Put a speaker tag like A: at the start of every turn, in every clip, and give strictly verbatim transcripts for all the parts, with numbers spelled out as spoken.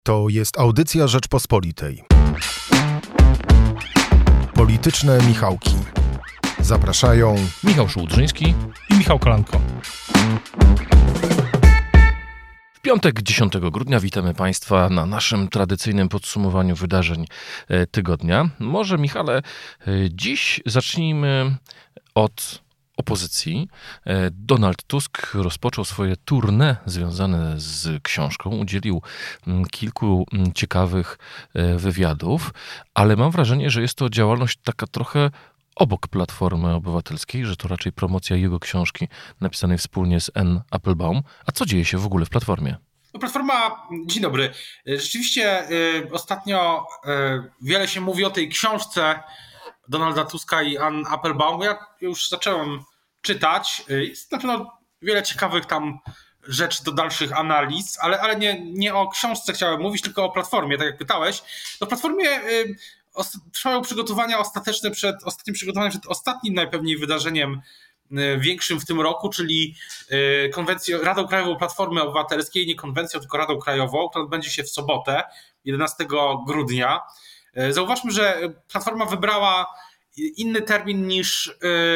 A: To jest audycja Rzeczpospolitej. Polityczne Michałki. Zapraszają
B: Michał Szułdrzyński i Michał Kolanko. W piątek, dziesiątego grudnia, witamy Państwa na naszym tradycyjnym podsumowaniu wydarzeń tygodnia. Może, Michale, dziś zacznijmy od opozycji. Donald Tusk rozpoczął swoje tournée związane z książką, udzielił kilku ciekawych wywiadów, ale mam wrażenie, że jest to działalność taka trochę obok Platformy Obywatelskiej, że to raczej promocja jego książki napisanej wspólnie z Anne Applebaum. A co dzieje się w ogóle w Platformie?
C: No, Platforma, dzień dobry. Rzeczywiście y, ostatnio y, wiele się mówi o tej książce Donalda Tuska i Anne Applebaum. Ja już zacząłem czytać. Jest na pewno wiele ciekawych tam rzeczy do dalszych analiz, ale, ale nie, nie o książce chciałem mówić, tylko o Platformie, tak jak pytałeś. No w Platformie y, os, trwają przygotowania ostateczne przed ostatnim przygotowaniem przed ostatnim najpewniej wydarzeniem y, większym w tym roku, czyli y, konwencją, Radą Krajową Platformy Obywatelskiej, nie konwencją, tylko Radą Krajową, która odbędzie się w sobotę, jedenastego grudnia. Y, zauważmy, że Platforma wybrała inny termin niż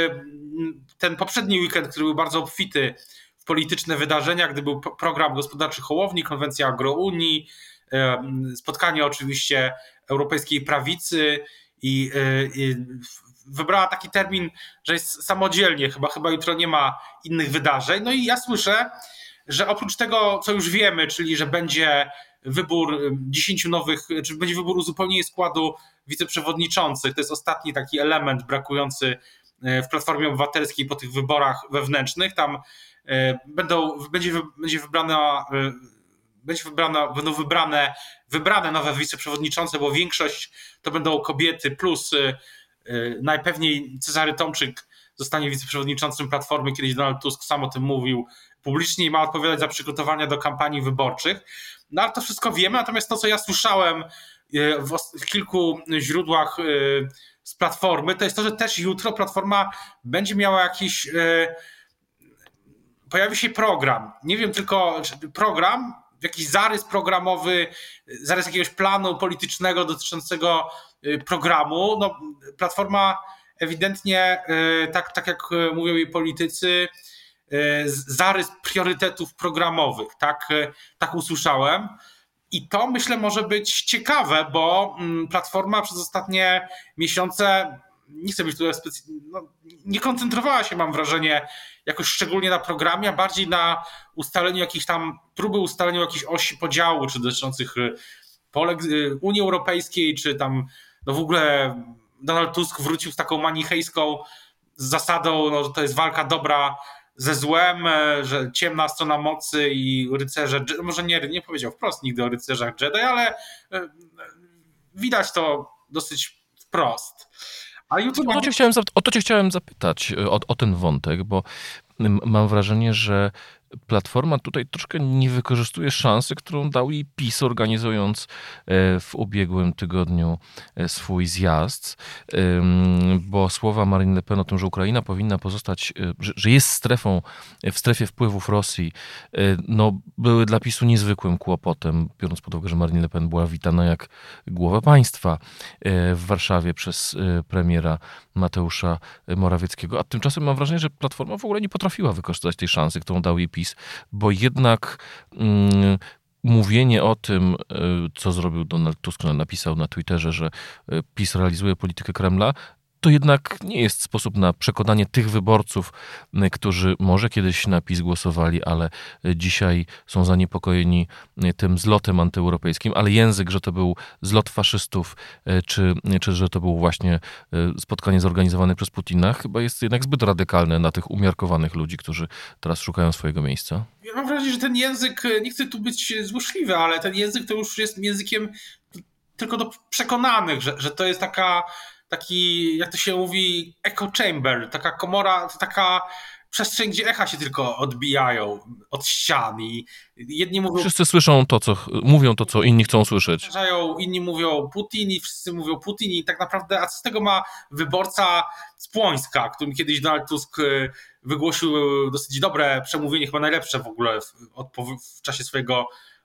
C: ten poprzedni weekend, który był bardzo obfity w polityczne wydarzenia, gdy był program gospodarczy Hołowni, konwencja Agrounii, spotkanie oczywiście Europejskiej Prawicy i, i wybrała taki termin, że jest samodzielnie, chyba, chyba jutro nie ma innych wydarzeń. No i ja słyszę, że oprócz tego, co już wiemy, czyli że będzie wybór dziesięciu nowych, czy będzie wybór uzupełnienia składu wiceprzewodniczących, to jest ostatni taki element brakujący w Platformie Obywatelskiej po tych wyborach wewnętrznych. Tam będą, będzie, będzie wybrana, będzie wybrana, będą wybrane, wybrane nowe wiceprzewodniczące, bo większość to będą kobiety, plus najpewniej Cezary Tomczyk zostanie wiceprzewodniczącym Platformy. Kiedyś Donald Tusk sam o tym mówił publicznie i ma odpowiadać za przygotowania do kampanii wyborczych. No ale to wszystko wiemy, natomiast to, co ja słyszałem w, w kilku źródłach z Platformy, to jest to, że też jutro Platforma będzie miała jakiś, pojawi się program, nie wiem tylko program, jakiś zarys programowy, zarys jakiegoś planu politycznego dotyczącego programu. No, Platforma ewidentnie, tak, tak jak mówią jej politycy, zarys priorytetów programowych, tak, tak usłyszałem. I to, myślę, może być ciekawe, bo Platforma przez ostatnie miesiące, nie chcę być tutaj specjalnie, no, nie koncentrowała się, mam wrażenie, jakoś szczególnie na programie, a bardziej na ustaleniu jakichś tam, próby ustalenia jakiejś osi podziału, czy dotyczących Unii Europejskiej, czy tam, no w ogóle Donald Tusk wrócił z taką manichejską zasadą, no, że to jest walka dobra ze złem, że ciemna strona mocy i rycerze, może nie, nie powiedział wprost nigdy o rycerzach Jedi, ale widać to dosyć wprost. A jutro...
B: o, to cię chciałem, o to cię chciałem zapytać, o, o ten wątek, bo mam wrażenie, że Platforma tutaj troszkę nie wykorzystuje szansy, którą dał jej PiS, organizując w ubiegłym tygodniu swój zjazd, bo słowa Marine Le Pen o tym, że Ukraina powinna pozostać, że jest strefą, w strefie wpływów Rosji, no, były dla PiSu niezwykłym kłopotem, biorąc pod uwagę, że Marine Le Pen była witana jak głowa państwa w Warszawie przez premiera Mateusza Morawieckiego, a tymczasem mam wrażenie, że Platforma w ogóle nie potrafiła wykorzystać tej szansy, którą dał jej PiS, bo jednak mm, mówienie o tym, co zrobił Donald Tusk, napisał na Twitterze, że PiS realizuje politykę Kremla, to jednak nie jest sposób na przekonanie tych wyborców, którzy może kiedyś na PiS głosowali, ale dzisiaj są zaniepokojeni tym zlotem antyeuropejskim, ale język, że to był zlot faszystów, czy, czy że to był właśnie spotkanie zorganizowane przez Putina, chyba jest jednak zbyt radykalne na tych umiarkowanych ludzi, którzy teraz szukają swojego miejsca.
C: Ja mam wrażenie, że ten język, nie chcę tu być złośliwy, ale ten język to już jest językiem tylko do przekonanych, że, że to jest taka taki, jak to się mówi, echo chamber, taka komora, taka przestrzeń, gdzie echa się tylko odbijają od ścian i jedni mówią...
B: Wszyscy słyszą to, co mówią to, co inni chcą słyszeć.
C: Inni mówią Putin i wszyscy mówią Putin i tak naprawdę, a co z tego ma wyborca z Płońska, którym kiedyś Donald Tusk wygłosił dosyć dobre przemówienie, chyba najlepsze w ogóle w, w czasie swojego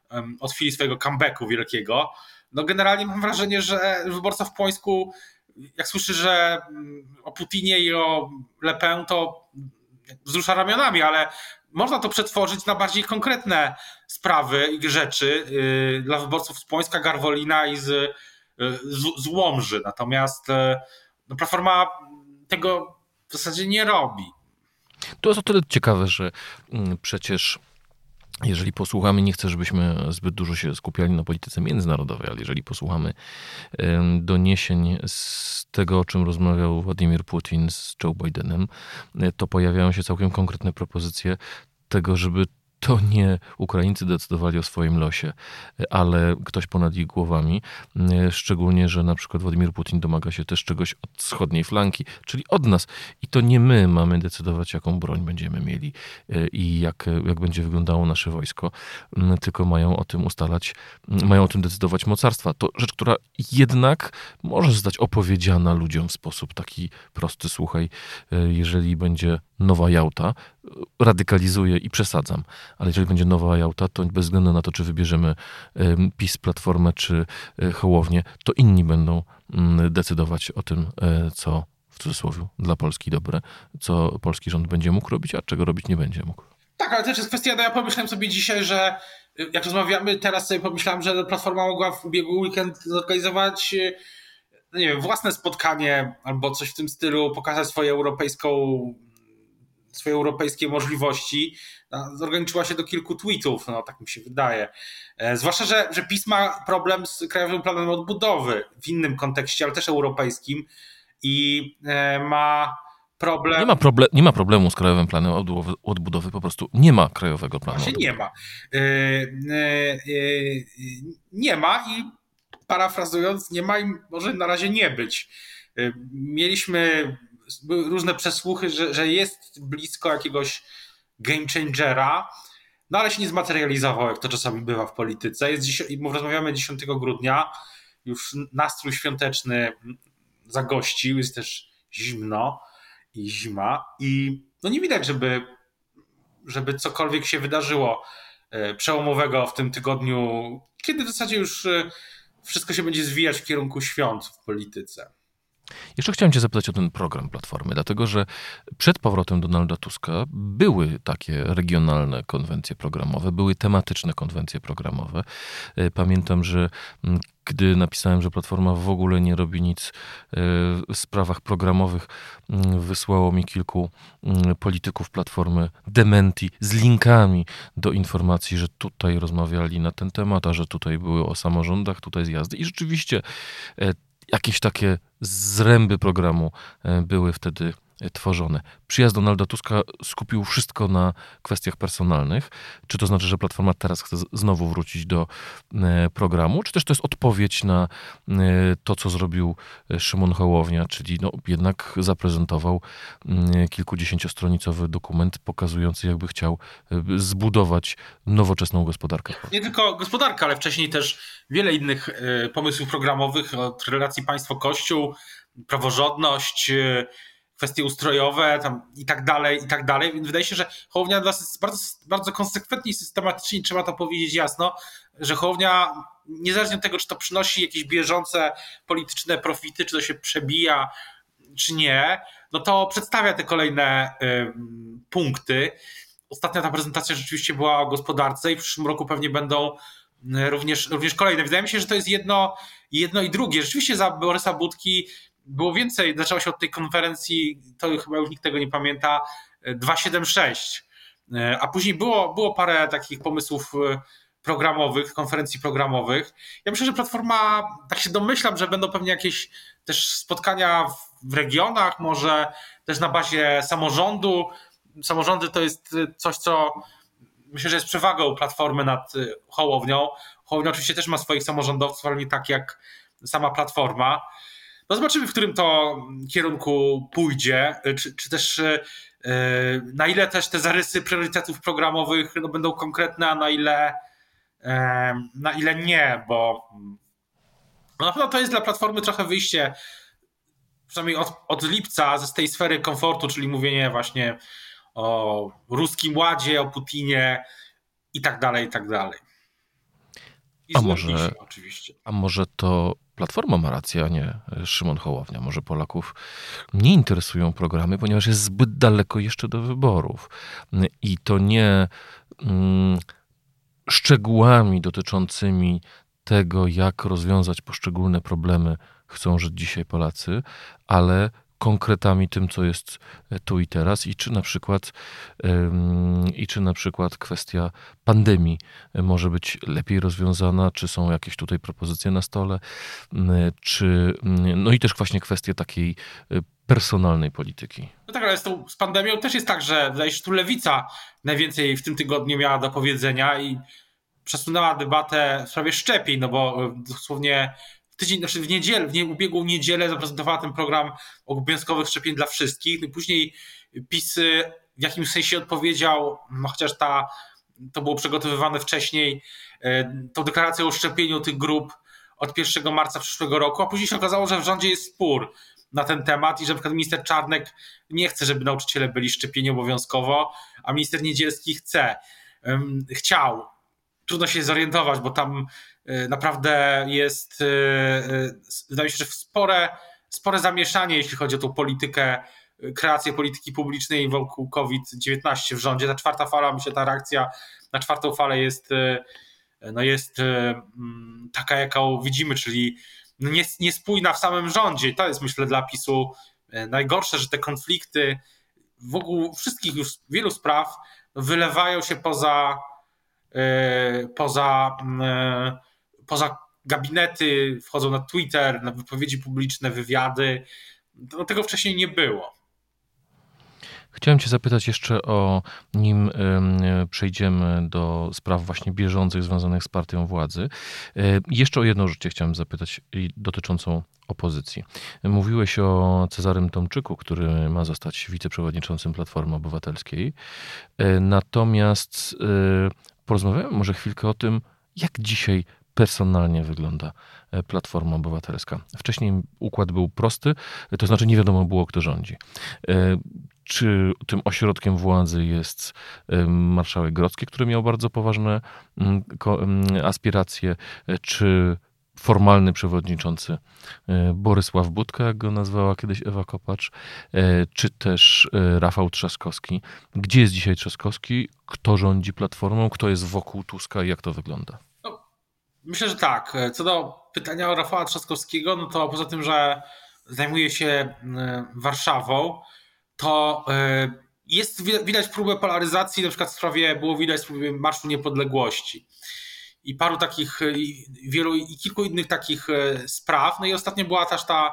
C: od chwili swojego comebacku wielkiego. No generalnie mam wrażenie, że wyborca w Płońsku, jak słyszy, że o Putinie i o Le Pen, to wzrusza ramionami, ale można to przetworzyć na bardziej konkretne sprawy i rzeczy yy, dla wyborców z Płońska, Garwolina i z, yy, z, z Łomży. Natomiast yy, no, Platforma tego w zasadzie nie robi.
B: To jest o tyle ciekawe, że mm, przecież jeżeli posłuchamy, nie chcę, żebyśmy zbyt dużo się skupiali na polityce międzynarodowej, ale jeżeli posłuchamy doniesień z tego, o czym rozmawiał Władimir Putin z Joe Bidenem, to pojawiają się całkiem konkretne propozycje tego, żeby to nie Ukraińcy decydowali o swoim losie, ale ktoś ponad ich głowami. Szczególnie, że na przykład Władimir Putin domaga się też czegoś od wschodniej flanki, czyli od nas. I to nie my mamy decydować, jaką broń będziemy mieli i jak, jak będzie wyglądało nasze wojsko, tylko mają o tym ustalać, mają o tym decydować mocarstwa. To rzecz, która jednak może zostać opowiedziana ludziom w sposób taki prosty. Słuchaj, jeżeli będzie nowa Jałta, radykalizuję i przesadzam, ale jeżeli będzie nowa Jałta, to bez względu na to, czy wybierzemy PiS, Platformę czy Hołownię, to inni będą decydować o tym, co w cudzysłowie dla Polski dobre, co polski rząd będzie mógł robić, a czego robić nie będzie mógł.
C: Tak, ale też jest kwestia, no ja pomyślałem sobie dzisiaj, że jak rozmawiamy, teraz sobie pomyślałem, że Platforma mogła w ubiegły weekend zorganizować, no nie wiem, własne spotkanie albo coś w tym stylu, pokazać swoją europejską swoje europejskie możliwości. Zorganiczyła się do kilku tweetów, no tak mi się wydaje. Zwłaszcza, że, że PiS ma problem z Krajowym Planem Odbudowy w innym kontekście, ale też europejskim i ma problem...
B: Nie ma, proble- nie ma problemu z Krajowym Planem Odbudowy, odbudowy, po prostu nie ma Krajowego Planu
C: Właśnie
B: Odbudowy.
C: nie ma. Nie ma i parafrazując, nie ma i może na razie nie być. Mieliśmy były różne przesłuchy, że, że jest blisko jakiegoś game changera, no ale się nie zmaterializował, jak to czasami bywa w polityce. Jest dziś, rozmawiamy dziesiątego grudnia, już nastrój świąteczny zagościł, jest też zimno i zima i no nie widać, żeby, żeby cokolwiek się wydarzyło przełomowego w tym tygodniu, kiedy w zasadzie już wszystko się będzie zwijać w kierunku świąt w polityce.
B: Jeszcze chciałem cię zapytać o ten program Platformy, dlatego że przed powrotem Donalda Tuska były takie regionalne konwencje programowe, były tematyczne konwencje programowe. Pamiętam, że gdy napisałem, że Platforma w ogóle nie robi nic w sprawach programowych, wysłało mi kilku polityków Platformy dementi z linkami do informacji, że tutaj rozmawiali na ten temat, a że tutaj były o samorządach, tutaj zjazdy. I rzeczywiście jakieś takie zręby programu były wtedy tworzone. Przyjazd Donalda Tuska skupił wszystko na kwestiach personalnych. Czy to znaczy, że Platforma teraz chce znowu wrócić do programu, czy też to jest odpowiedź na to, co zrobił Szymon Hołownia, czyli no jednak zaprezentował kilkudziesięciostronicowy dokument pokazujący, jakby chciał zbudować nowoczesną gospodarkę.
C: Nie tylko gospodarka, ale wcześniej też wiele innych pomysłów programowych od relacji państwo-kościół, praworządność, kwestie ustrojowe tam i tak dalej, i tak dalej. Więc wydaje się, że Hołownia dla nas jest bardzo, bardzo konsekwentnie i systematycznie, trzeba to powiedzieć jasno, że Hołownia, niezależnie od tego, czy to przynosi jakieś bieżące polityczne profity, czy to się przebija, czy nie, no to przedstawia te kolejne y, punkty. Ostatnia ta prezentacja rzeczywiście była o gospodarce i w przyszłym roku pewnie będą również, również kolejne. Wydaje mi się, że to jest jedno, jedno i drugie. Rzeczywiście za Borysa Budki było więcej, zaczęło się od tej konferencji, to chyba już nikt tego nie pamięta, dwieście siedemdziesiąt sześć, a później było, było parę takich pomysłów programowych, konferencji programowych. Ja myślę, że Platforma, tak się domyślam, że będą pewnie jakieś też spotkania w regionach, może też na bazie samorządu. Samorządy to jest coś, co myślę, że jest przewagą Platformy nad Hołownią. Hołownia oczywiście też ma swoich samorządowców, ale nie tak jak sama Platforma. No zobaczymy, w którym to kierunku pójdzie, czy, czy też yy, na ile też te zarysy priorytetów programowych no, będą konkretne, a na ile, yy, na ile nie, bo no, na pewno to jest dla Platformy trochę wyjście, przynajmniej od, od lipca, z tej sfery komfortu, czyli mówienie właśnie o ruskim ładzie, o Putinie i tak dalej, i tak dalej. I
B: A
C: złym
B: może,
C: PiSie oczywiście.
B: a może to Platforma ma rację, a nie Szymon Hołownia. Może Polaków nie interesują programy, ponieważ jest zbyt daleko jeszcze do wyborów. I to nie mm, szczegółami dotyczącymi tego, jak rozwiązać poszczególne problemy chcą żyć dzisiaj Polacy, ale konkretami tym, co jest tu i teraz i czy na przykład ym, i czy na przykład kwestia pandemii może być lepiej rozwiązana, czy są jakieś tutaj propozycje na stole, y, czy no i też właśnie kwestie takiej y, personalnej polityki.
C: No tak, ale z, tą, z pandemią też jest tak, że wydaje się, że tu Lewica najwięcej w tym tygodniu miała do powiedzenia i przesunęła debatę w sprawie szczepień, no bo dosłownie w tydzień, znaczy w niedzielę, w nie, ubiegłą niedzielę zaprezentowała ten program obowiązkowych szczepień dla wszystkich. No i później PiS w jakimś sensie odpowiedział, no chociaż ta, to było przygotowywane wcześniej, tą deklarację o szczepieniu tych grup od pierwszego marca przyszłego roku, a później się okazało, że w rządzie jest spór na ten temat i że na przykład minister Czarnek nie chce, żeby nauczyciele byli szczepieni obowiązkowo, a minister Niedzielski chce. Chciał. Trudno się zorientować, bo tam naprawdę jest, wydaje mi się, że spore, spore zamieszanie, jeśli chodzi o tą politykę, kreację polityki publicznej wokół COVID dziewiętnaście w rządzie. Ta czwarta fala, myślę, ta reakcja na czwartą falę jest, no jest taka, jaką widzimy, czyli niespójna w samym rządzie. I to jest, myślę, dla PiSu najgorsze, że te konflikty wokół wszystkich już wielu spraw wylewają się poza poza, poza gabinety, wchodzą na Twitter, na wypowiedzi publiczne, wywiady. No, tego wcześniej nie było.
B: Chciałem cię zapytać jeszcze o, nim przejdziemy do spraw właśnie bieżących związanych z partią władzy. Jeszcze o jedną rzecz cię chciałem zapytać dotyczącą opozycji. Mówiłeś o Cezarym Tomczyku, który ma zostać wiceprzewodniczącym Platformy Obywatelskiej. Natomiast porozmawiamy może chwilkę o tym, jak dzisiaj personalnie wygląda Platforma Obywatelska. Wcześniej układ był prosty, to znaczy nie wiadomo było, kto rządzi. Czy tym ośrodkiem władzy jest marszałek Grodzki, który miał bardzo poważne aspiracje, czy formalny przewodniczący Borysław Budka, jak go nazwała kiedyś Ewa Kopacz, czy też Rafał Trzaskowski. Gdzie jest dzisiaj Trzaskowski? Kto rządzi Platformą? Kto jest wokół Tuska i jak to wygląda?
C: No, myślę, że tak. Co do pytania o Rafała Trzaskowskiego, no to poza tym, że zajmuje się Warszawą, to jest widać próbę polaryzacji, na przykład w sprawie, było widać w sprawie Marszu Niepodległości i paru takich, wielu i kilku innych takich spraw. No i ostatnio była też ta,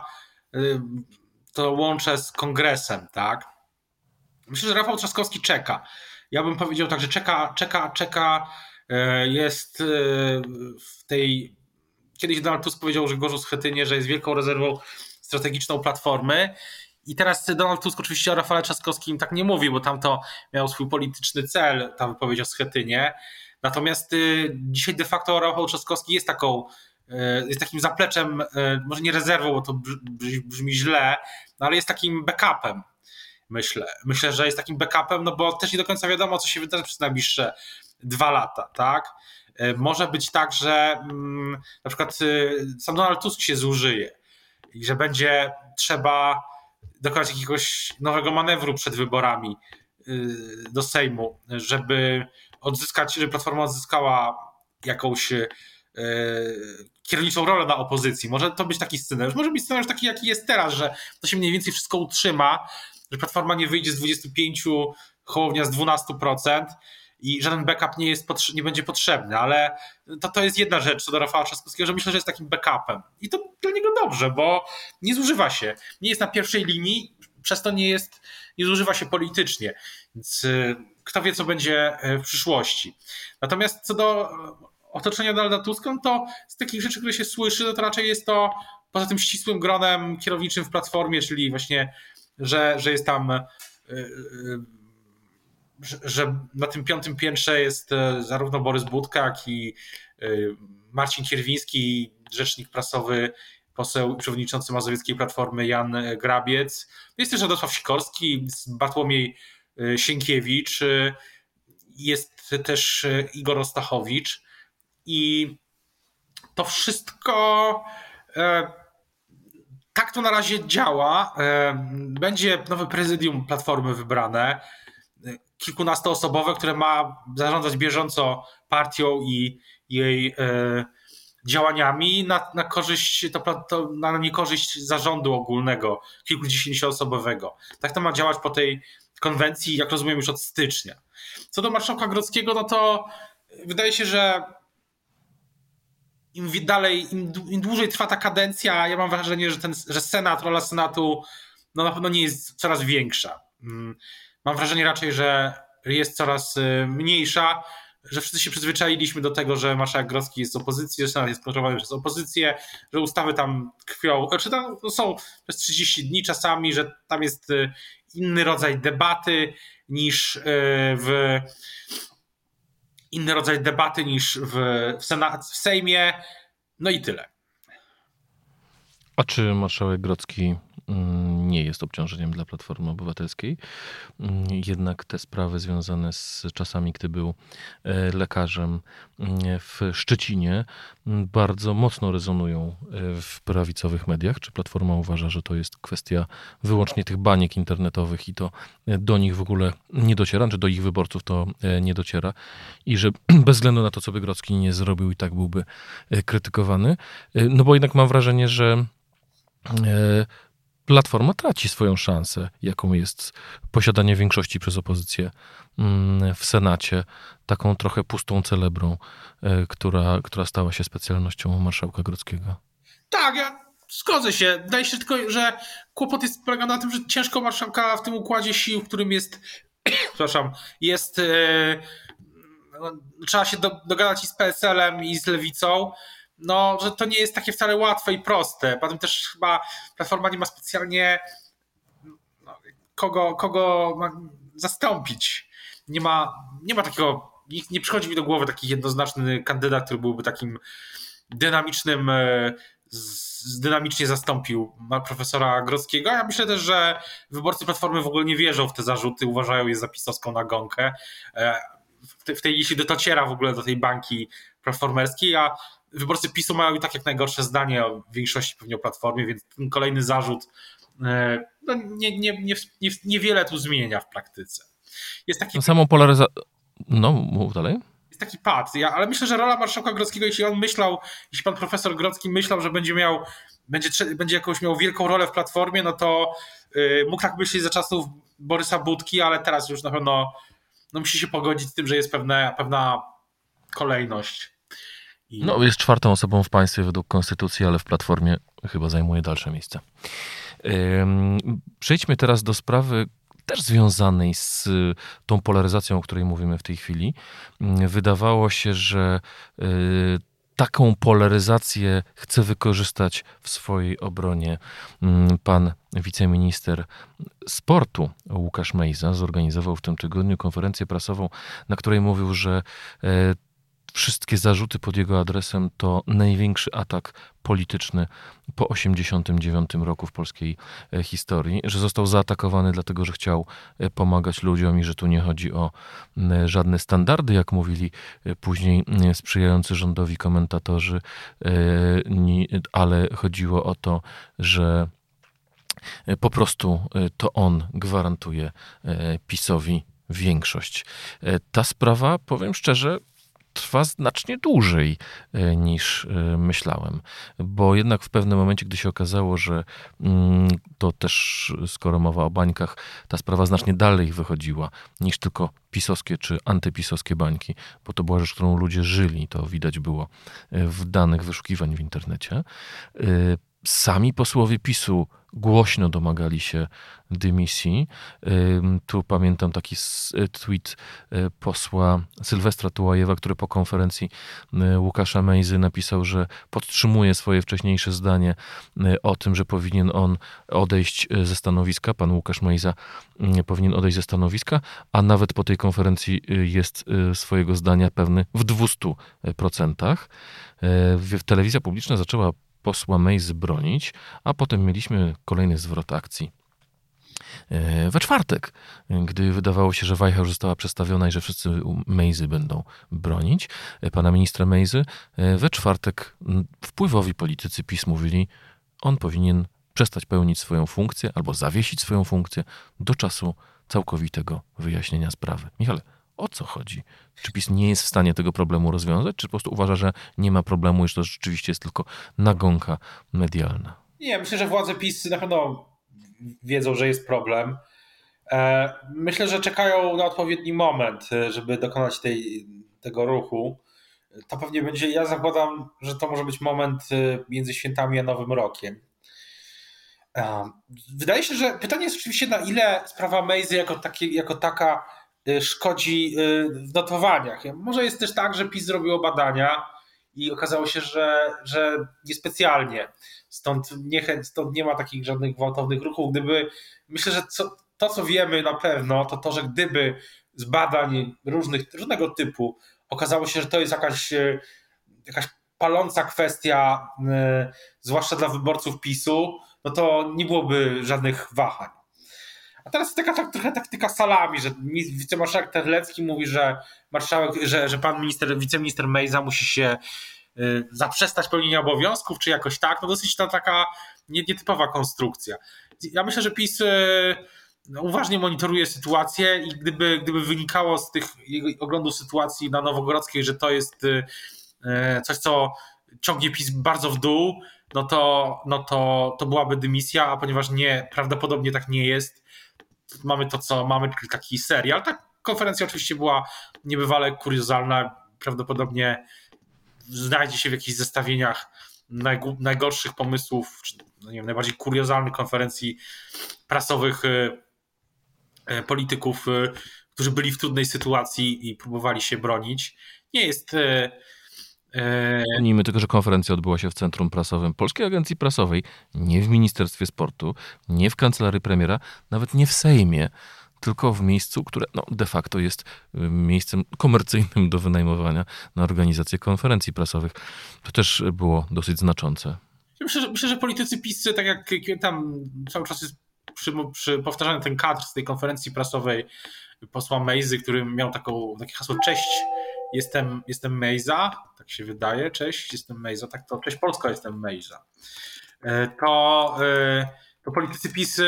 C: to łącze z kongresem, tak? Myślę, że Rafał Trzaskowski czeka. Ja bym powiedział tak, że czeka, czeka, czeka, jest w tej... Kiedyś Donald Tusk powiedział, że Gorzu Schetynie, że jest wielką rezerwą strategiczną Platformy. I teraz Donald Tusk oczywiście o Rafale Trzaskowskim tak nie mówił, bo tam to miał swój polityczny cel, ta wypowiedź o Schetynie. Natomiast dzisiaj de facto Rafał Trzaskowski jest taką, jest takim zapleczem, może nie rezerwą, bo to brzmi, brzmi źle, no ale jest takim backupem, myślę. Myślę, że jest takim backupem, no bo też nie do końca wiadomo, co się wydarzy przez najbliższe dwa lata, tak? Może być tak, że na przykład sam Donald Tusk się zużyje i że będzie trzeba dokonać jakiegoś nowego manewru przed wyborami do Sejmu, żeby odzyskać, żeby Platforma odzyskała jakąś kierowniczą rolę na opozycji. Może to być taki scenariusz. Może być scenariusz taki, jaki jest teraz, że to się mniej więcej wszystko utrzyma, że Platforma nie wyjdzie z dwudziestu pięciu, Hołownia z dwunastu procent i żaden backup nie, jest, nie będzie potrzebny, ale to, to jest jedna rzecz co do Rafała Trzaskowskiego, że myślę, że jest takim backupem. I to dla niego dobrze, bo nie zużywa się. Nie jest na pierwszej linii, przez to nie jest, nie zużywa się politycznie. Więc kto wie, co będzie w przyszłości. Natomiast co do otoczenia Donalda Tuska, no to z takich rzeczy, które się słyszy, no to raczej jest to poza tym ścisłym gronem kierowniczym w Platformie, czyli właśnie, że, że jest tam, że, że na tym piątym piętrze jest zarówno Borys Budka, jak i Marcin Kierwiński, rzecznik prasowy, poseł i przewodniczący Mazowieckiej Platformy Jan Grabiec. Jest też Radosław Sikorski, Bartłomiej Sienkiewicz, jest też Igor Ostachowicz i to wszystko e, tak to na razie działa. E, będzie nowe prezydium Platformy wybrane, kilkunastoosobowe, które ma zarządzać bieżąco partią i jej e, działaniami na, na korzyść, to, to na niekorzyść zarządu ogólnego, kilkudziesięcioosobowego. Tak to ma działać po tej konwencji, jak rozumiem, już od stycznia. Co do marszałka Grodzkiego, no to wydaje się, że im dalej, im, im dłużej trwa ta kadencja, ja mam wrażenie, że, ten, że Senat, rola Senatu no na pewno nie jest coraz większa. Mam wrażenie raczej, że jest coraz mniejsza, że wszyscy się przyzwyczailiśmy do tego, że marszałek Grodzki jest z opozycji, że Senat jest kontrolowany przez opozycję, że ustawy tam tkwią, czy tam są przez trzydzieści dni czasami, że tam jest inny rodzaj debaty niż w inny rodzaj debaty niż w, w, Senat, w Sejmie, no i tyle.
B: A czy marszałek Grodzki nie jest obciążeniem dla Platformy Obywatelskiej? Jednak te sprawy związane z czasami, gdy był lekarzem w Szczecinie, bardzo mocno rezonują w prawicowych mediach. Czy Platforma uważa, że to jest kwestia wyłącznie tych baniek internetowych i to do nich w ogóle nie dociera, czy do ich wyborców to nie dociera i że bez względu na to, co by Grodzki nie zrobił, i tak byłby krytykowany? No bo jednak mam wrażenie, że Platforma traci swoją szansę, jaką jest posiadanie większości przez opozycję w Senacie, taką trochę pustą celebrą, która, która stała się specjalnością marszałka Grodzkiego.
C: Tak, ja zgodzę się. Wydaje się tylko, że kłopot jest polega na tym, że ciężko marszałka w tym układzie sił, w którym jest, przepraszam, jest, yy, no, trzeba się do, dogadać i z P S L-em, i z Lewicą, no, że to nie jest takie wcale łatwe i proste. Potem też chyba Platforma nie ma specjalnie no, kogo, kogo ma zastąpić. Nie ma, nie ma takiego, nie, nie przychodzi mi do głowy taki jednoznaczny kandydat, który byłby takim dynamicznym, z, dynamicznie zastąpił profesora Grodzkiego. Ja myślę też, że wyborcy Platformy w ogóle nie wierzą w te zarzuty, uważają je za pisowską nagonkę. W tej, w tej, jeśli dociera w ogóle do tej bańki platformerskiej, a wyborcy PiSu mają i tak jak najgorsze zdanie o większości pewnie o Platformie, więc ten kolejny zarzut no, nie, nie, nie, nie, niewiele tu zmienia w praktyce. Jest taki...
B: Samą polaryzację... No, mów dalej.
C: Jest taki pad, ja, ale myślę, że rola marszałka Grodzkiego, jeśli on myślał, jeśli pan profesor Grodzki myślał, że będzie miał, będzie, będzie jakąś miał wielką rolę w Platformie, no to yy, mógł tak myśleć za czasów Borysa Budki, ale teraz już na pewno no, musi się pogodzić z tym, że jest pewne, pewna kolejność.
B: I... No, jest czwartą osobą w państwie według konstytucji, ale w Platformie chyba zajmuje dalsze miejsce. Yy, przejdźmy teraz do sprawy też związanej z tą polaryzacją, o której mówimy w tej chwili. Wydawało się, że yy, taką polaryzację chce wykorzystać w swojej obronie pan wiceminister sportu Łukasz Mejza. Zorganizował w tym tygodniu konferencję prasową, na której mówił, że yy, wszystkie zarzuty pod jego adresem to największy atak polityczny po osiemdziesiątym dziewiątym roku w polskiej historii, że został zaatakowany dlatego, że chciał pomagać ludziom i że tu nie chodzi o żadne standardy, jak mówili później sprzyjający rządowi komentatorzy, ale chodziło o to, że po prostu to on gwarantuje PiS-owi większość. Ta sprawa, powiem szczerze, trwa znacznie dłużej niż myślałem, bo jednak w pewnym momencie, gdy się okazało, że to też, skoro mowa o bańkach, ta sprawa znacznie dalej wychodziła niż tylko pisowskie czy antypisowskie bańki, bo to była rzecz, którą ludzie żyli, to widać było w danych wyszukiwań w internecie. Sami posłowie PiSu głośno domagali się dymisji. Tu pamiętam taki tweet posła Sylwestra Tułajewa, który po konferencji Łukasza Mejzy napisał, że podtrzymuje swoje wcześniejsze zdanie o tym, że powinien on odejść ze stanowiska. Pan Łukasz Mejza powinien odejść ze stanowiska, a nawet po tej konferencji jest swojego zdania pewny w dwustu procentach. Telewizja publiczna zaczęła posła Mejzy bronić, a potem mieliśmy kolejny zwrot akcji. we czwartek, gdy wydawało się, że wajcha już została przestawiona i że wszyscy Mejzy będą bronić pana ministra Mejzy, we czwartek wpływowi politycy PiS mówili, on powinien przestać pełnić swoją funkcję albo zawiesić swoją funkcję do czasu całkowitego wyjaśnienia sprawy. Michale, o co chodzi? Czy PiS nie jest w stanie tego problemu rozwiązać, czy po prostu uważa, że nie ma problemu i że to rzeczywiście jest tylko nagonka medialna?
C: Nie, myślę, że władze PiS na pewno wiedzą, że jest problem. Myślę, że czekają na odpowiedni moment, żeby dokonać tej, tego ruchu. To pewnie będzie, ja zakładam, że to może być moment między świętami a Nowym Rokiem. Wydaje się, że pytanie jest oczywiście, na ile sprawa Mejzy jako, taki, jako taka szkodzi w notowaniach. Może jest też tak, że PiS zrobiło badania i okazało się, że, że niespecjalnie. Stąd nie, stąd nie ma takich żadnych gwałtownych ruchów. Gdyby, myślę, że co, to, co wiemy na pewno, to to, że gdyby z badań różnych, różnego typu okazało się, że to jest jakaś, jakaś paląca kwestia, yy, zwłaszcza dla wyborców PiSu, no to nie byłoby żadnych wahań. A teraz taka tak, trochę taktyka salami, że wicemarszałek Terlecki mówi, że marszałek, że, że pan minister, wiceminister Mejza musi się y, zaprzestać pełnienia obowiązków, czy jakoś tak. No dosyć to taka nie, nietypowa konstrukcja. Ja myślę, że PiS y, no, uważnie monitoruje sytuację i gdyby, gdyby wynikało z tych jego oglądu sytuacji na Nowogrodzkiej, że to jest y, y, coś, co ciągnie PiS bardzo w dół, no to, no to, to byłaby dymisja, a ponieważ nie, prawdopodobnie tak nie jest, mamy to, co mamy, czyli taki serial. Ta konferencja oczywiście była niebywale kuriozalna, prawdopodobnie znajdzie się w jakichś zestawieniach najgorszych pomysłów, czy no nie wiem, najbardziej kuriozalnych konferencji prasowych polityków, którzy byli w trudnej sytuacji i próbowali się bronić. Nie jest...
B: Przypomnijmy tylko, że konferencja odbyła się w Centrum Prasowym Polskiej Agencji Prasowej, nie w Ministerstwie Sportu, nie w kancelarii premiera, nawet nie w Sejmie, tylko w miejscu, które no, de facto jest miejscem komercyjnym do wynajmowania na organizację konferencji prasowych. To też było dosyć znaczące.
C: Myślę, że, myślę, że politycy PiS, tak jak tam cały czas jest przy, przy powtarzany ten kadr z tej konferencji prasowej posła Mejzy, który miał taką, takie hasło cześć, Jestem, jestem Mejza, tak się wydaje, cześć, jestem Mejza, tak to cześć Polsko, jestem Mejza. To, to politycy PiS,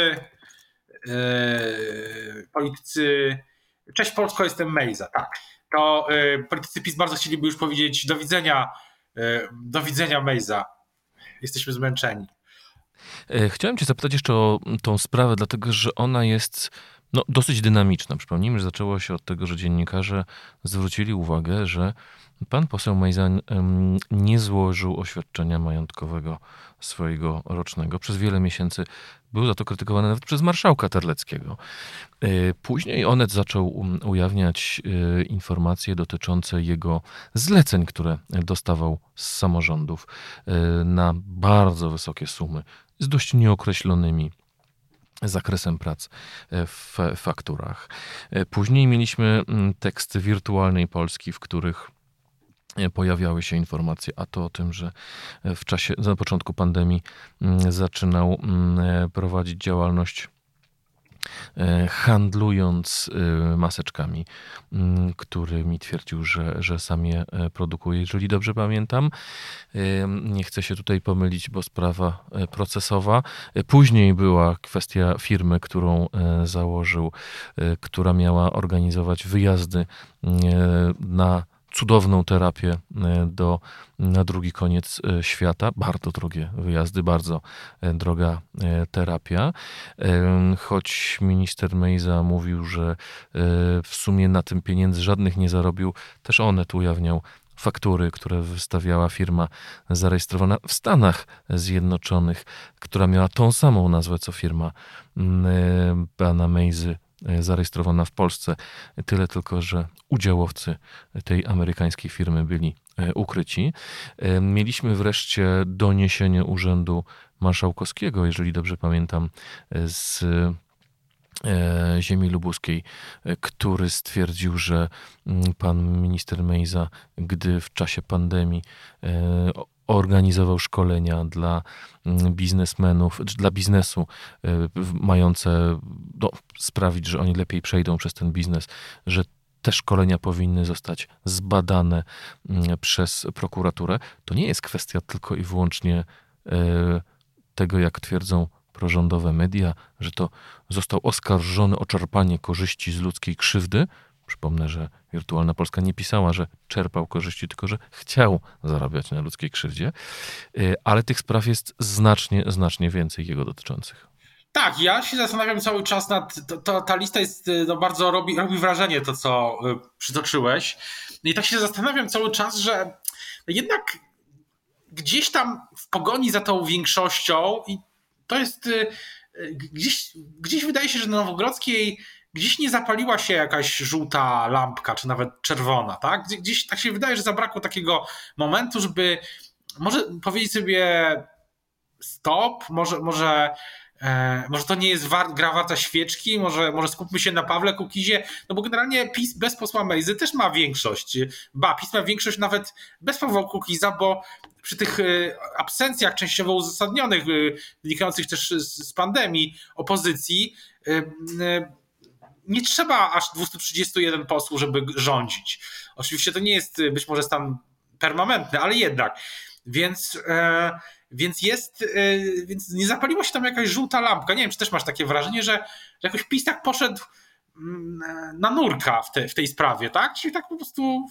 C: politycy, cześć Polsko, jestem Mejza, tak. To politycy PiS bardzo chcieliby już powiedzieć do widzenia, do widzenia Mejza, jesteśmy zmęczeni.
B: Chciałem cię zapytać jeszcze o tą sprawę, dlatego że ona jest no, dosyć dynamiczna. Przypomnijmy, że zaczęło się od tego, że dziennikarze zwrócili uwagę, że pan poseł Mejza nie złożył oświadczenia majątkowego swojego rocznego. Przez wiele miesięcy był za to krytykowany nawet przez marszałka Terleckiego. Później Onet zaczął ujawniać informacje dotyczące jego zleceń, które dostawał z samorządów na bardzo wysokie sumy z dość nieokreślonymi zakresem prac w fakturach. Później mieliśmy teksty Wirtualnej Polski, w których pojawiały się informacje, a to o tym, że w czasie, na początku pandemii zaczynał prowadzić działalność handlując maseczkami, którymi twierdził, że, że sam je produkuje, jeżeli dobrze pamiętam. Nie chcę się tutaj pomylić, bo sprawa procesowa. Później była kwestia firmy, którą założył, która miała organizować wyjazdy na cudowną terapię do, na drugi koniec świata. Bardzo drogie wyjazdy, bardzo droga terapia. Choć minister Mejza mówił, że w sumie na tym pieniędzy żadnych nie zarobił, też Onet ujawniał faktury, które wystawiała firma zarejestrowana w Stanach Zjednoczonych, która miała tą samą nazwę co firma pana Mejzy, zarejestrowana w Polsce. Tyle tylko, że udziałowcy tej amerykańskiej firmy byli ukryci. Mieliśmy wreszcie doniesienie Urzędu Marszałkowskiego, jeżeli dobrze pamiętam, z ziemi lubuskiej, który stwierdził, że pan minister Mejza, gdy w czasie pandemii organizował szkolenia dla biznesmenów, czy dla biznesu, mające no, sprawić, że oni lepiej przejdą przez ten biznes, że te szkolenia powinny zostać zbadane przez prokuraturę. To nie jest kwestia tylko i wyłącznie tego, jak twierdzą prorządowe media, że to został oskarżony o czerpanie korzyści z ludzkiej krzywdy. Przypomnę, że Wirtualna Polska nie pisała, że czerpał korzyści, tylko że chciał zarabiać na ludzkiej krzywdzie. Ale tych spraw jest znacznie, znacznie więcej jego dotyczących.
C: Tak, ja się zastanawiam cały czas nad, to, to, ta lista jest, no bardzo robi, robi wrażenie to, co przytoczyłeś. I tak się zastanawiam cały czas, że jednak gdzieś tam w pogoni za tą większością i to jest gdzieś, gdzieś wydaje się, że na Nowogrodzkiej gdzieś nie zapaliła się jakaś żółta lampka, czy nawet czerwona, tak? Gdzieś tak się wydaje, że zabrakło takiego momentu, żeby może powiedzieć sobie stop, może, może, e, może to nie jest war, gra warta świeczki, może, może skupmy się na Pawle Kukizie, no bo generalnie PiS bez posła Mejzy też ma większość. Ba, PiS ma większość nawet bez Pawła Kukiza, bo przy tych absencjach częściowo uzasadnionych, wynikających też z pandemii opozycji, nie trzeba aż dwieście trzydzieści jeden posłów, żeby rządzić. Oczywiście to nie jest być może stan permanentny, ale jednak. Więc, więc jest, więc nie zapaliła się tam jakaś żółta lampka. Nie wiem, czy też masz takie wrażenie, że, że jakoś PiS tak poszedł na nurka w, te, w tej sprawie, tak? Czyli tak po prostu...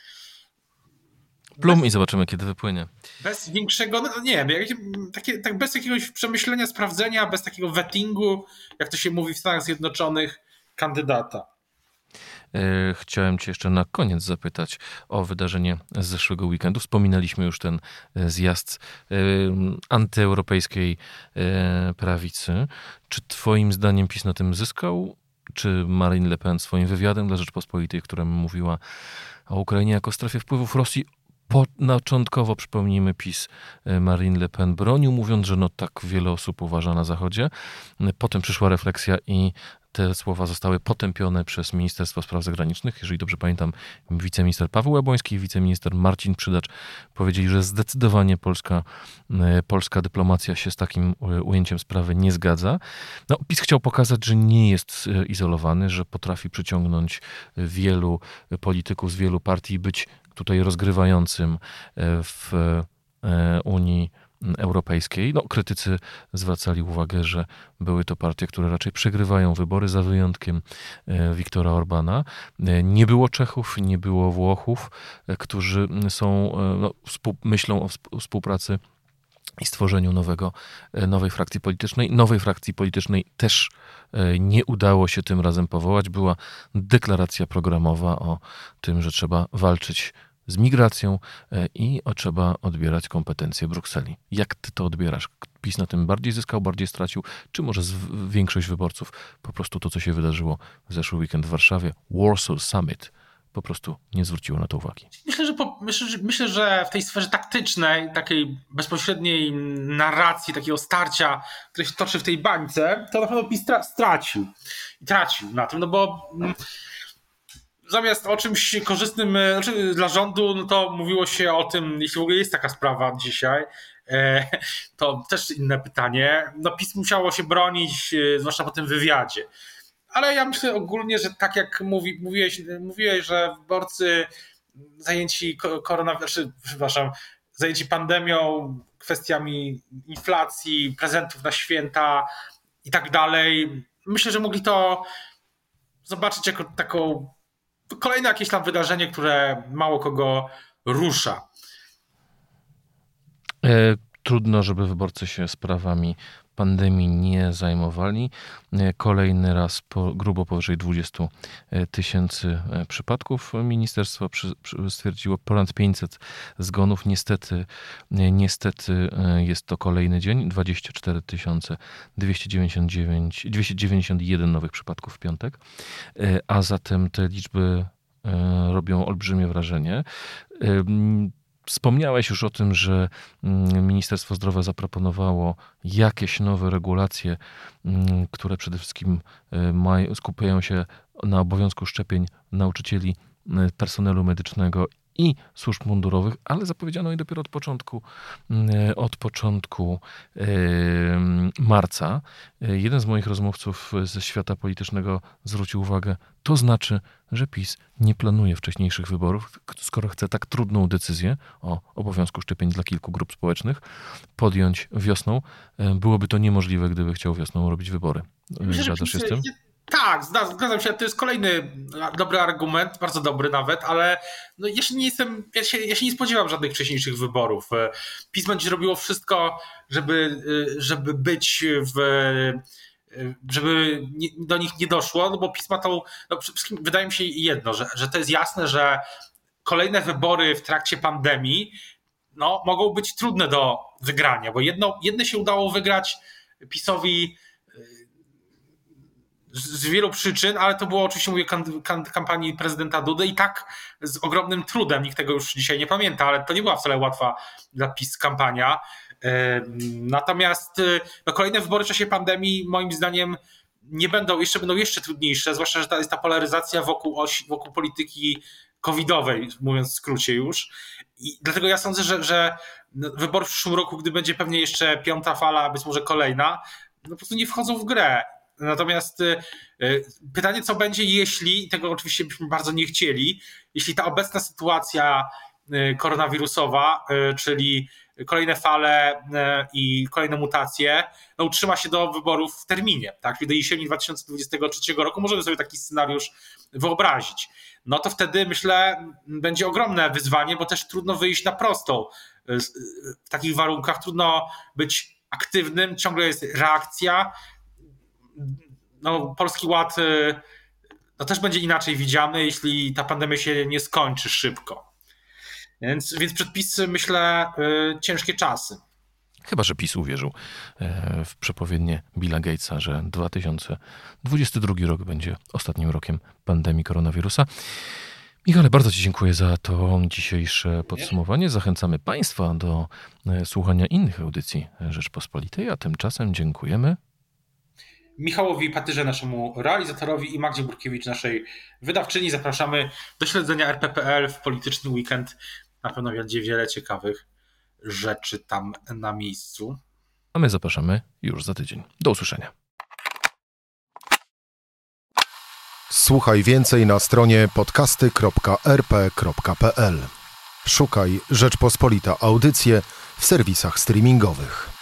B: Plum i zobaczymy, kiedy wypłynie.
C: Bez większego, no nie wiem, takie, tak bez jakiegoś przemyślenia, sprawdzenia, bez takiego vettingu, jak to się mówi w Stanach Zjednoczonych, kandydata.
B: Chciałem cię jeszcze na koniec zapytać o wydarzenie z zeszłego weekendu. Wspominaliśmy już ten zjazd antyeuropejskiej prawicy. Czy twoim zdaniem PiS na tym zyskał? Czy Marine Le Pen swoim wywiadem dla Rzeczpospolitej, w którym mówiła o Ukrainie jako strefie wpływów Rosji, początkowo, przypomnijmy, PiS Marine Le Pen bronił, mówiąc, że no tak wiele osób uważa na Zachodzie. Potem przyszła refleksja i te słowa zostały potępione przez Ministerstwo Spraw Zagranicznych. Jeżeli dobrze pamiętam, wiceminister Paweł Łabłoński i wiceminister Marcin Przydacz powiedzieli, że zdecydowanie polska, polska dyplomacja się z takim ujęciem sprawy nie zgadza. No, PiS chciał pokazać, że nie jest izolowany, że potrafi przyciągnąć wielu polityków z wielu partii i być tutaj rozgrywającym w Unii Europejskiej. No, krytycy zwracali uwagę, że były to partie, które raczej przegrywają wybory, za wyjątkiem Viktora Orbana. Nie było Czechów, nie było Włochów, którzy są, no, współ, myślą o współpracy i stworzeniu nowego, nowej frakcji politycznej. Nowej frakcji politycznej też nie udało się tym razem powołać. Była deklaracja programowa o tym, że trzeba walczyć z migracją i trzeba odbierać kompetencje Brukseli. Jak ty to odbierasz? PiS na tym bardziej zyskał, bardziej stracił? Czy może większość wyborców po prostu to, co się wydarzyło w zeszły weekend w Warszawie, Warsaw Summit, po prostu nie zwróciło na to uwagi?
C: Myślę, że, po, myślę, że, myślę, że w tej sferze taktycznej, takiej bezpośredniej narracji, takiego starcia, które się toczy w tej bańce, to na pewno PiS stracił. I tracił na tym, no bo zamiast o czymś korzystnym znaczy dla rządu, no to mówiło się o tym, jeśli w ogóle jest taka sprawa dzisiaj, to też inne pytanie. No PiS musiało się bronić, zwłaszcza po tym wywiadzie. Ale ja myślę ogólnie, że tak jak mówi, mówiłeś, mówiłeś, że wyborcy zajęci koronawirusem, przepraszam, zajęci pandemią, kwestiami inflacji, prezentów na święta i tak dalej, myślę, że mogli to zobaczyć jako taką kolejne jakieś tam wydarzenie, które mało kogo rusza.
B: Trudno, żeby wyborcy się sprawami pandemii nie zajmowali. Kolejny raz po, grubo powyżej dwudziestu tysięcy przypadków. Ministerstwo przy, przy, stwierdziło ponad pięćset zgonów. Niestety, niestety jest to kolejny dzień. dwadzieścia cztery tysiące dwieście dziewięćdziesiąt dziewięć, dwieście dziewięćdziesiąt jeden nowych przypadków w piątek. A zatem te liczby robią olbrzymie wrażenie. Wspomniałeś już o tym, że Ministerstwo Zdrowia zaproponowało jakieś nowe regulacje, które przede wszystkim skupiają się na obowiązku szczepień nauczycieli, personelu medycznego i służb mundurowych, ale zapowiedziano je dopiero od początku, od początku marca. Jeden z moich rozmówców ze świata politycznego zwrócił uwagę, to znaczy, że PiS nie planuje wcześniejszych wyborów, skoro chce tak trudną decyzję o obowiązku szczepień dla kilku grup społecznych podjąć wiosną. Byłoby to niemożliwe, gdyby chciał wiosną robić wybory. Zgadzasz się z tym?
C: Tak, zgadzam się. To jest kolejny dobry argument, bardzo dobry nawet, ale no ja się nie jestem, ja się, ja się nie spodziewam żadnych wcześniejszych wyborów. PiS będzie robiło wszystko, żeby, żeby być w, żeby nie, do nich nie doszło, no bo PiS ma tą, no przede wszystkim wydaje mi się jedno, że, że to jest jasne, że kolejne wybory w trakcie pandemii no, mogą być trudne do wygrania, bo jedno, jedne się udało wygrać PiS-owi z wielu przyczyn, ale to było oczywiście, mówię, kampanii prezydenta Dudy i tak z ogromnym trudem, nikt tego już dzisiaj nie pamięta, ale to nie była wcale łatwa dla PiS kampania. Natomiast no, kolejne wybory w czasie pandemii moim zdaniem nie będą, jeszcze będą jeszcze trudniejsze, zwłaszcza, że ta jest ta polaryzacja wokół, osi, wokół polityki covidowej, mówiąc w skrócie już. I dlatego ja sądzę, że, że wybory w przyszłym roku, gdy będzie pewnie jeszcze piąta fala, być może kolejna, no po prostu nie wchodzą w grę. Natomiast pytanie, co będzie, jeśli, tego oczywiście byśmy bardzo nie chcieli, jeśli ta obecna sytuacja koronawirusowa, czyli kolejne fale i kolejne mutacje, no utrzyma się do wyborów w terminie, tak? Czyli do jesieni dwa tysiące dwudziestego trzeciego roku możemy sobie taki scenariusz wyobrazić. No to wtedy, myślę, będzie ogromne wyzwanie, bo też trudno wyjść na prostą. W takich warunkach trudno być aktywnym, ciągle jest reakcja. No, Polski Ład no, też będzie inaczej widziany, jeśli ta pandemia się nie skończy szybko. Więc, więc przed PiS, myślę, ciężkie czasy.
B: Chyba że PiS uwierzył w przepowiednię Billa Gatesa, że dwa tysiące dwudziesty drugi rok będzie ostatnim rokiem pandemii koronawirusa. Michale, bardzo Ci dziękuję za to dzisiejsze podsumowanie. Zachęcamy Państwa do słuchania innych audycji Rzeczpospolitej, a tymczasem dziękujemy
C: Michałowi Patyrze, naszemu realizatorowi, i Magdzie Burkiewicz, naszej wydawczyni. Zapraszamy do śledzenia R P P L w polityczny weekend. Na pewno będzie wiele ciekawych rzeczy tam na miejscu.
B: A my zapraszamy już za tydzień. Do usłyszenia.
A: Słuchaj więcej na stronie podcasty kropka r p kropka p l. Szukaj Rzeczpospolita Audycje w serwisach streamingowych.